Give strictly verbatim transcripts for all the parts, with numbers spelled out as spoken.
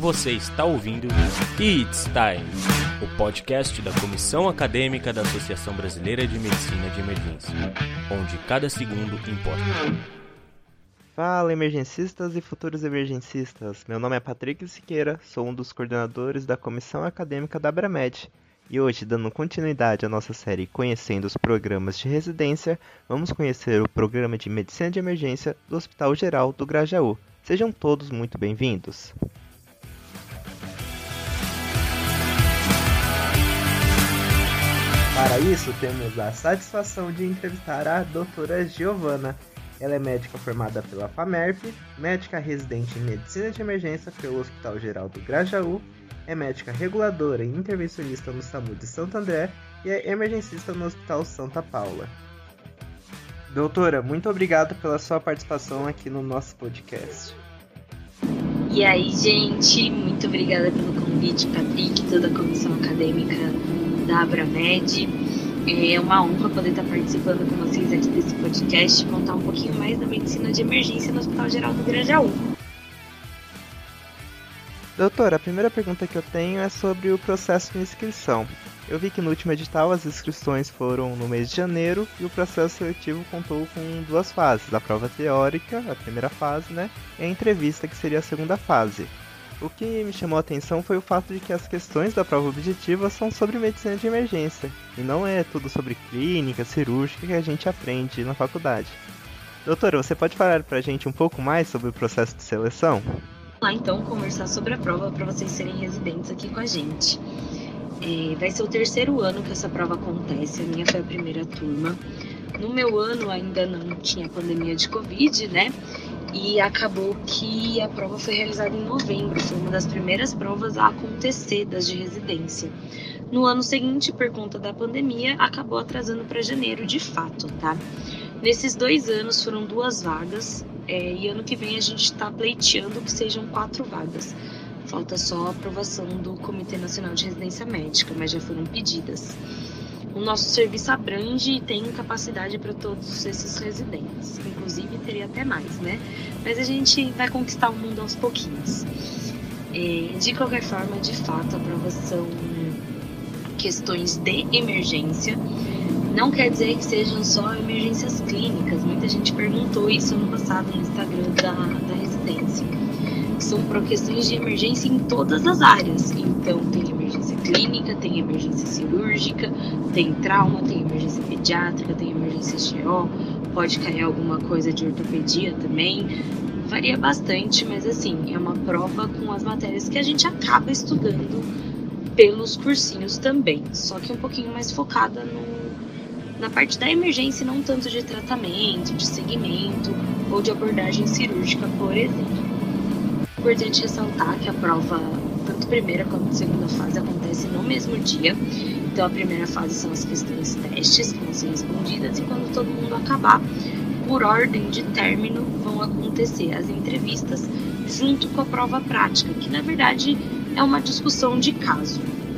Você está ouvindo It's Time, o podcast da Comissão Acadêmica da Associação Brasileira de Medicina de Emergência, onde cada segundo importa. Fala, emergencistas e futuros emergencistas. Meu nome é Patrick Siqueira, sou um dos coordenadores da Comissão Acadêmica da Abramed. E hoje, dando continuidade à nossa série Conhecendo os Programas de Residência, vamos conhecer o Programa de Medicina de Emergência do Hospital Geral do Grajaú. Sejam todos muito bem-vindos. Para isso, temos a satisfação de entrevistar a doutora Giovana. Ela é médica formada pela FAMERP, médica residente em Medicina de Emergência pelo Hospital Geral do Grajaú, é médica reguladora e intervencionista no SAMU de Santo André e é emergencista no Hospital Santa Paula. Doutora, muito obrigado pela sua participação aqui no nosso podcast. E aí, gente, muito obrigada pelo convite, Patrick, toda a comissão acadêmica da Abramed. É uma honra poder estar participando com vocês aqui desse podcast e contar um pouquinho mais da medicina de emergência no Hospital Geral do Grajaú. Doutora, a primeira pergunta que eu tenho é sobre o processo de inscrição. Eu vi que no último edital as inscrições foram no mês de janeiro e o processo seletivo contou com duas fases, a prova teórica, a primeira fase, né, e a entrevista, que seria a segunda fase. O que me chamou a atenção foi o fato de que as questões da prova objetiva são sobre medicina de emergência, e não é tudo sobre clínica, cirúrgica que a gente aprende na faculdade. Doutora, você pode falar pra gente um pouco mais sobre o processo de seleção? Vamos lá então conversar sobre a prova para vocês serem residentes aqui com a gente. É, vai ser o terceiro ano que essa prova acontece, a minha foi a primeira turma. No meu ano ainda não tinha pandemia de Covid, né? E acabou que a prova foi realizada em novembro, foi uma das primeiras provas a acontecer das de residência. No ano seguinte, por conta da pandemia, acabou atrasando para janeiro de fato, tá? Nesses dois anos foram duas vagas, é, e ano que vem a gente está pleiteando que sejam quatro vagas. Falta só a aprovação do Comitê Nacional de Residência Médica, mas já foram pedidas. O nosso serviço abrange e tem capacidade para todos esses residentes. Inclusive, teria até mais, né? Mas a gente vai conquistar o mundo aos pouquinhos. É, de qualquer forma, de fato, a prova são questões de emergência. Não quer dizer que sejam só emergências clínicas. Muita gente perguntou isso ano passado no Instagram da, da residência. São questões de emergência em todas as áreas. Então, tem emergência clínica, tem emergência cirúrgica, tem trauma, tem emergência pediátrica, tem emergência G O, pode cair alguma coisa de ortopedia também. Varia bastante, mas assim, é uma prova com as matérias que a gente acaba estudando pelos cursinhos também. Só que um pouquinho mais focada no, na parte da emergência, não tanto de tratamento, de segmento ou de abordagem cirúrgica, por exemplo. É importante ressaltar que a prova, tanto primeira quanto segunda fase, acontece no mesmo dia. Então, a primeira fase são as questões testes, que vão ser respondidas, e quando todo mundo acabar, por ordem de término, vão acontecer as entrevistas junto com a prova prática, que na verdade é uma discussão de caso.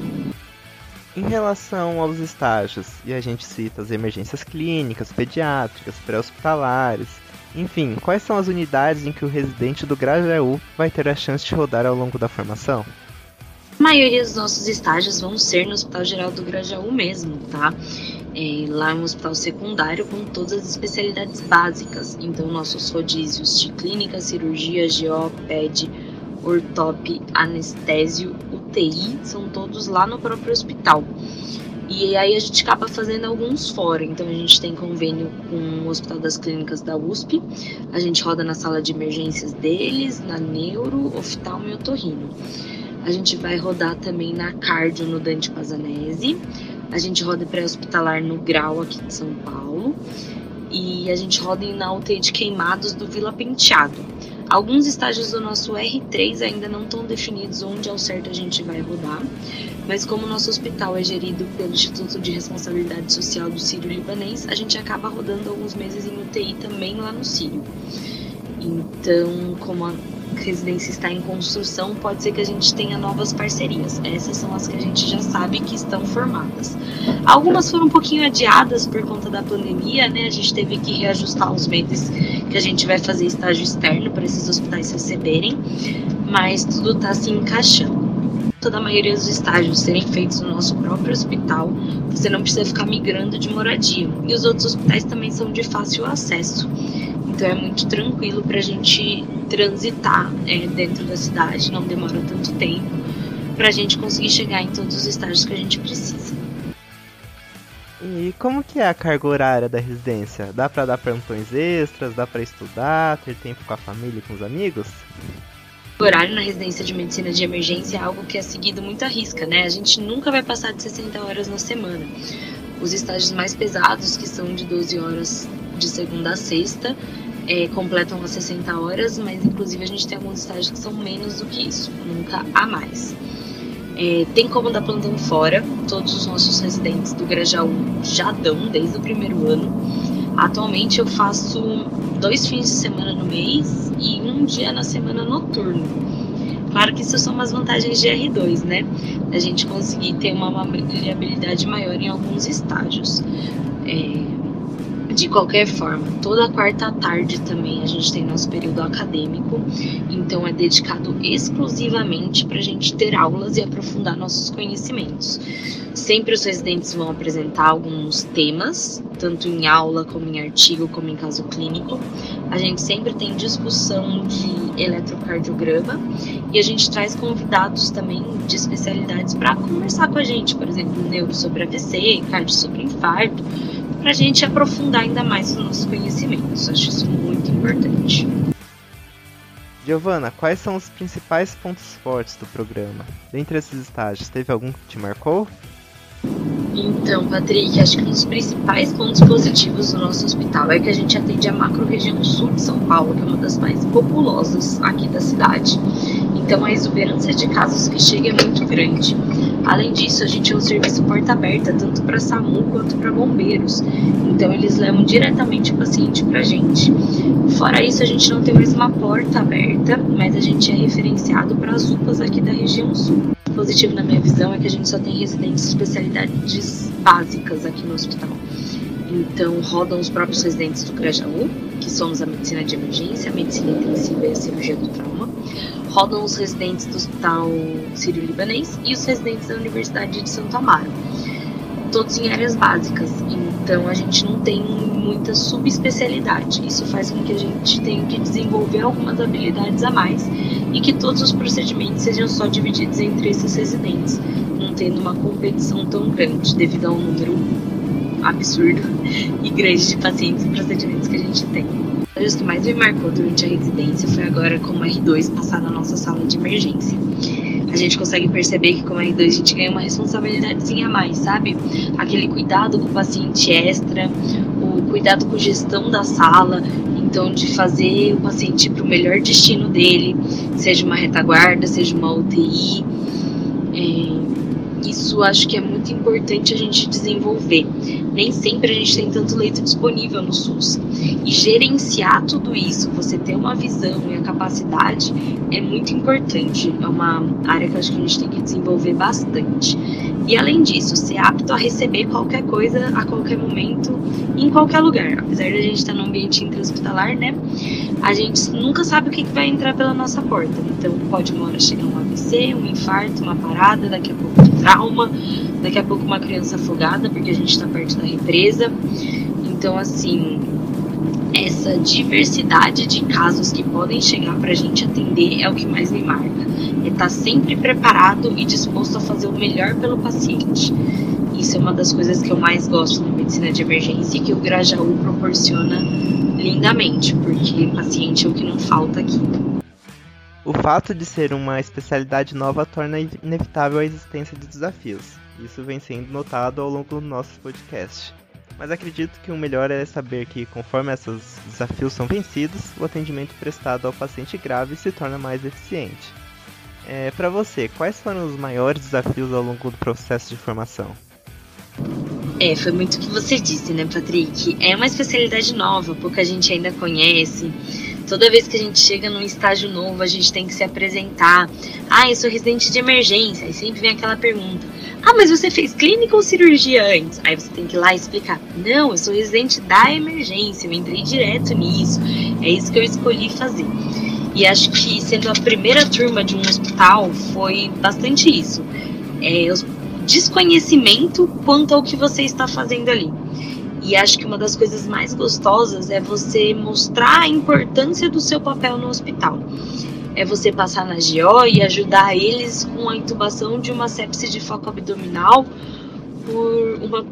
Em relação aos estágios, e a gente cita as emergências clínicas, pediátricas, pré-hospitalares, enfim, quais são as unidades em que o residente do Grajaú vai ter a chance de rodar ao longo da formação? A maioria dos nossos estágios vão ser no Hospital Geral do Grajaú mesmo, tá? É, lá é um hospital secundário com todas as especialidades básicas. Então, nossos rodízios de clínica, cirurgia, G O, ped, ortop, anestésio, U T I, são todos lá no próprio hospital. E aí a gente acaba fazendo alguns fora. Então, a gente tem convênio com o Hospital das Clínicas da U S P. A gente roda na sala de emergências deles, na neuro, oftalmo e otorrino. A gente vai rodar também na cardio no Dante Pazanese. A gente roda pré-hospitalar no Grau aqui de São Paulo. E a gente roda na U T I de queimados do Vila Penteado. Alguns estágios do nosso R três ainda não estão definidos onde ao certo a gente vai rodar. Mas como o nosso hospital é gerido pelo Instituto de Responsabilidade Social do Sírio-Libanês, a gente acaba rodando alguns meses em U T I também lá no Sírio. Então, como a residência está em construção, pode ser que a gente tenha novas parcerias. Essas são as que a gente já sabe que estão formadas. Algumas foram um pouquinho adiadas por conta da pandemia, né? A gente teve que reajustar os meses que a gente vai fazer estágio externo para esses hospitais receberem. mas tudo está se encaixando. Toda a maioria dos estágios serem feitos no nosso próprio hospital, você não precisa ficar migrando de moradia. E os outros hospitais também são de fácil acesso. Então é muito tranquilo para a gente transitar é, dentro da cidade, não demora tanto tempo para a gente conseguir chegar em todos os estágios que a gente precisa. E como que é a carga horária da residência? Dá para dar plantões extras, dá para estudar, ter tempo com a família e com os amigos? O horário na residência de medicina de emergência é algo que é seguido muito à risca, né? A gente nunca vai passar de sessenta horas na semana. Os estágios mais pesados, que são de doze horas de segunda a sexta, é, completam as sessenta horas, mas inclusive a gente tem alguns estágios que são menos do que isso, nunca há mais. É, tem como dar plantão fora, todos os nossos residentes do Grajaú já dão desde o primeiro ano. Atualmente eu faço dois fins de semana no mês e um dia na semana noturno. Claro que isso são umas vantagens de R dois, né? A gente conseguir ter uma variabilidade maior em alguns estágios. É, de qualquer forma, toda quarta à tarde também a gente tem nosso período acadêmico, então é dedicado exclusivamente para a gente ter aulas e aprofundar nossos conhecimentos. Sempre os residentes vão apresentar alguns temas, tanto em aula, como em artigo, como em caso clínico. A gente sempre tem discussão de eletrocardiograma e a gente traz convidados também de especialidades para conversar com a gente, por exemplo, neuro sobre A V C, cardio sobre infarto, para a gente aprofundar ainda mais os nossos conhecimentos. Acho isso muito importante. Giovana, quais são os principais pontos fortes do programa? Dentre esses estágios, teve algum que te marcou? Então, Patrick, acho que um dos principais pontos positivos do nosso hospital é que a gente atende a macro-região sul de São Paulo, que é uma das mais populosas aqui da cidade. Então, a exuberância de casos que chega é muito grande. Além disso, a gente é um serviço porta aberta, tanto para SAMU quanto para bombeiros. Então, eles levam diretamente o paciente para a gente. Fora isso, a gente não tem mais uma porta aberta, mas a gente é referenciado para as U P As aqui da região sul. O positivo na minha visão é que a gente só tem residentes de especialidades básicas aqui no hospital. Então, rodam os próprios residentes do Grajaú, que somos a medicina de emergência, a medicina intensiva e a cirurgia do trauma. Rodam os residentes do Hospital Sírio-Libanês e os residentes da Universidade de Santo Amaro. Todos em áreas básicas, então a gente não tem muita subespecialidade. Isso faz com que a gente tenha que desenvolver algumas habilidades a mais e que todos os procedimentos sejam só divididos entre esses residentes, não tendo uma competição tão grande devido ao número absurdo e grande de pacientes e procedimentos que a gente tem. O que mais me marcou durante a residência foi agora como R dois passar na nossa sala de emergência. A gente consegue perceber que como R dois a gente ganha uma responsabilidadezinha a mais, sabe? Aquele cuidado com o paciente extra, o cuidado com a gestão da sala, então de fazer o paciente ir para o melhor destino dele, seja uma retaguarda, seja uma U T I. É, isso acho que é muito importante a gente desenvolver. Nem sempre a gente tem tanto leito disponível no SUS. E gerenciar tudo isso, você ter uma visão e a capacidade é muito importante. É uma área que eu acho que a gente tem que desenvolver bastante. E além disso, ser apto a receber qualquer coisa a qualquer momento, em qualquer lugar. Apesar de a gente estar num ambiente intra-hospitalar, né? A gente nunca sabe o que vai entrar pela nossa porta. Então pode uma hora chegar um A V C, um infarto, uma parada, daqui a pouco um trauma, daqui a pouco uma criança afogada, porque a gente está perto da represa. Então, assim, essa diversidade de casos que podem chegar para a gente atender é o que mais me marca. É estar sempre preparado e disposto a fazer o melhor pelo paciente. Isso é uma das coisas que eu mais gosto na medicina de emergência e que o Grajaú proporciona lindamente, porque paciente é o que não falta aqui. O fato de ser uma especialidade nova torna inevitável a existência de desafios. Isso vem sendo notado ao longo do nosso podcast. Mas acredito que o melhor é saber que, conforme esses desafios são vencidos, o atendimento prestado ao paciente grave se torna mais eficiente. É, para você, quais foram os maiores desafios ao longo do processo de formação? É, foi muito o que você disse, né, Patrick? É uma especialidade nova, pouca gente ainda conhece. Toda vez que a gente chega num estágio novo, a gente tem que se apresentar. Ah, eu sou residente de emergência. Aí sempre vem aquela pergunta. Ah, mas você fez clínica ou cirurgia antes? Aí você tem que ir lá e explicar. Não, eu sou residente da emergência, eu entrei direto nisso. É isso que eu escolhi fazer. E acho que sendo a primeira turma de um hospital foi bastante isso. É, desconhecimento quanto ao que você está fazendo ali. E acho que uma das coisas mais gostosas é você mostrar a importância do seu papel no hospital. É você passar na G O e ajudar eles com a intubação de uma sepse de foco abdominal por uma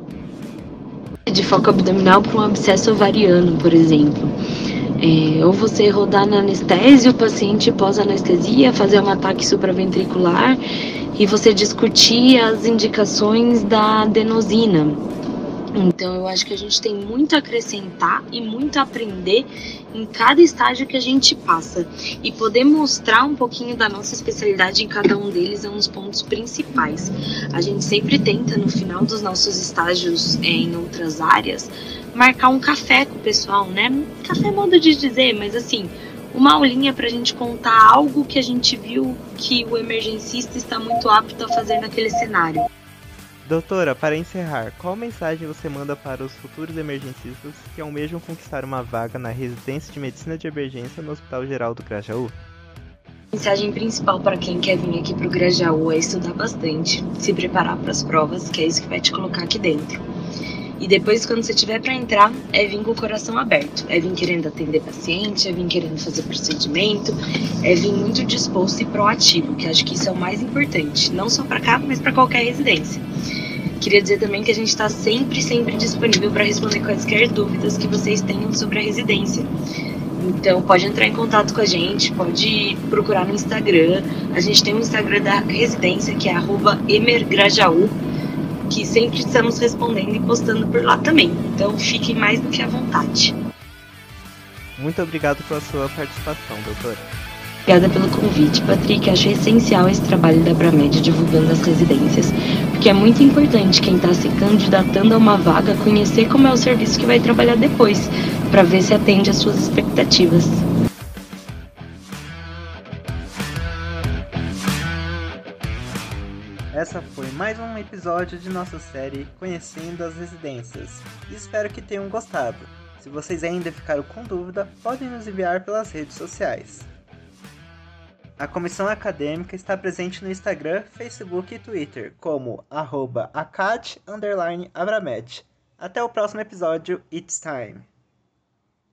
de foco abdominal por um abscesso ovariano, por exemplo. É, ou você rodar na anestesia, o paciente pós-anestesia, fazer um ataque supraventricular e você discutir as indicações da adenosina. Então eu acho que a gente tem muito a acrescentar e muito a aprender em cada estágio que a gente passa. E poder mostrar um pouquinho da nossa especialidade em cada um deles é um dos pontos principais. A gente sempre tenta, no final dos nossos estágios é, em outras áreas, marcar um café com o pessoal, né? Café é modo de dizer, mas assim, uma aulinha pra gente contar algo que a gente viu que o emergencista está muito apto a fazer naquele cenário. Doutora, para encerrar, qual mensagem você manda para os futuros emergencistas que almejam conquistar uma vaga na residência de medicina de emergência no Hospital Geral do Grajaú? A mensagem principal para quem quer vir aqui para o Grajaú é estudar bastante, se preparar para as provas, que é isso que vai te colocar aqui dentro. E depois, quando você tiver para entrar, é vir com o coração aberto, é vir querendo atender paciente, é vir querendo fazer procedimento, é vir muito disposto e proativo, que acho que isso é o mais importante, não só para cá, mas para qualquer residência. Queria dizer também que a gente está sempre, sempre disponível para responder quaisquer dúvidas que vocês tenham sobre a residência. Então, pode entrar em contato com a gente, pode procurar no Instagram. A gente tem um Instagram da residência, que é arroba emergrajaú, que sempre estamos respondendo e postando por lá também. Então, fiquem mais do que à vontade. Muito obrigado pela sua participação, doutora. Obrigada pelo convite, Patrick. Acho essencial esse trabalho da Abramed divulgando as residências, porque é muito importante quem está se candidatando a uma vaga conhecer como é o serviço que vai trabalhar depois, para ver se atende às suas expectativas. Essa foi mais um episódio de nossa série Conhecendo as Residências. Espero que tenham gostado. Se vocês ainda ficaram com dúvida, podem nos enviar pelas redes sociais. A comissão acadêmica está presente no Instagram, Facebook e Twitter como arroba acad underline abramed. Até o próximo episódio, It's Time!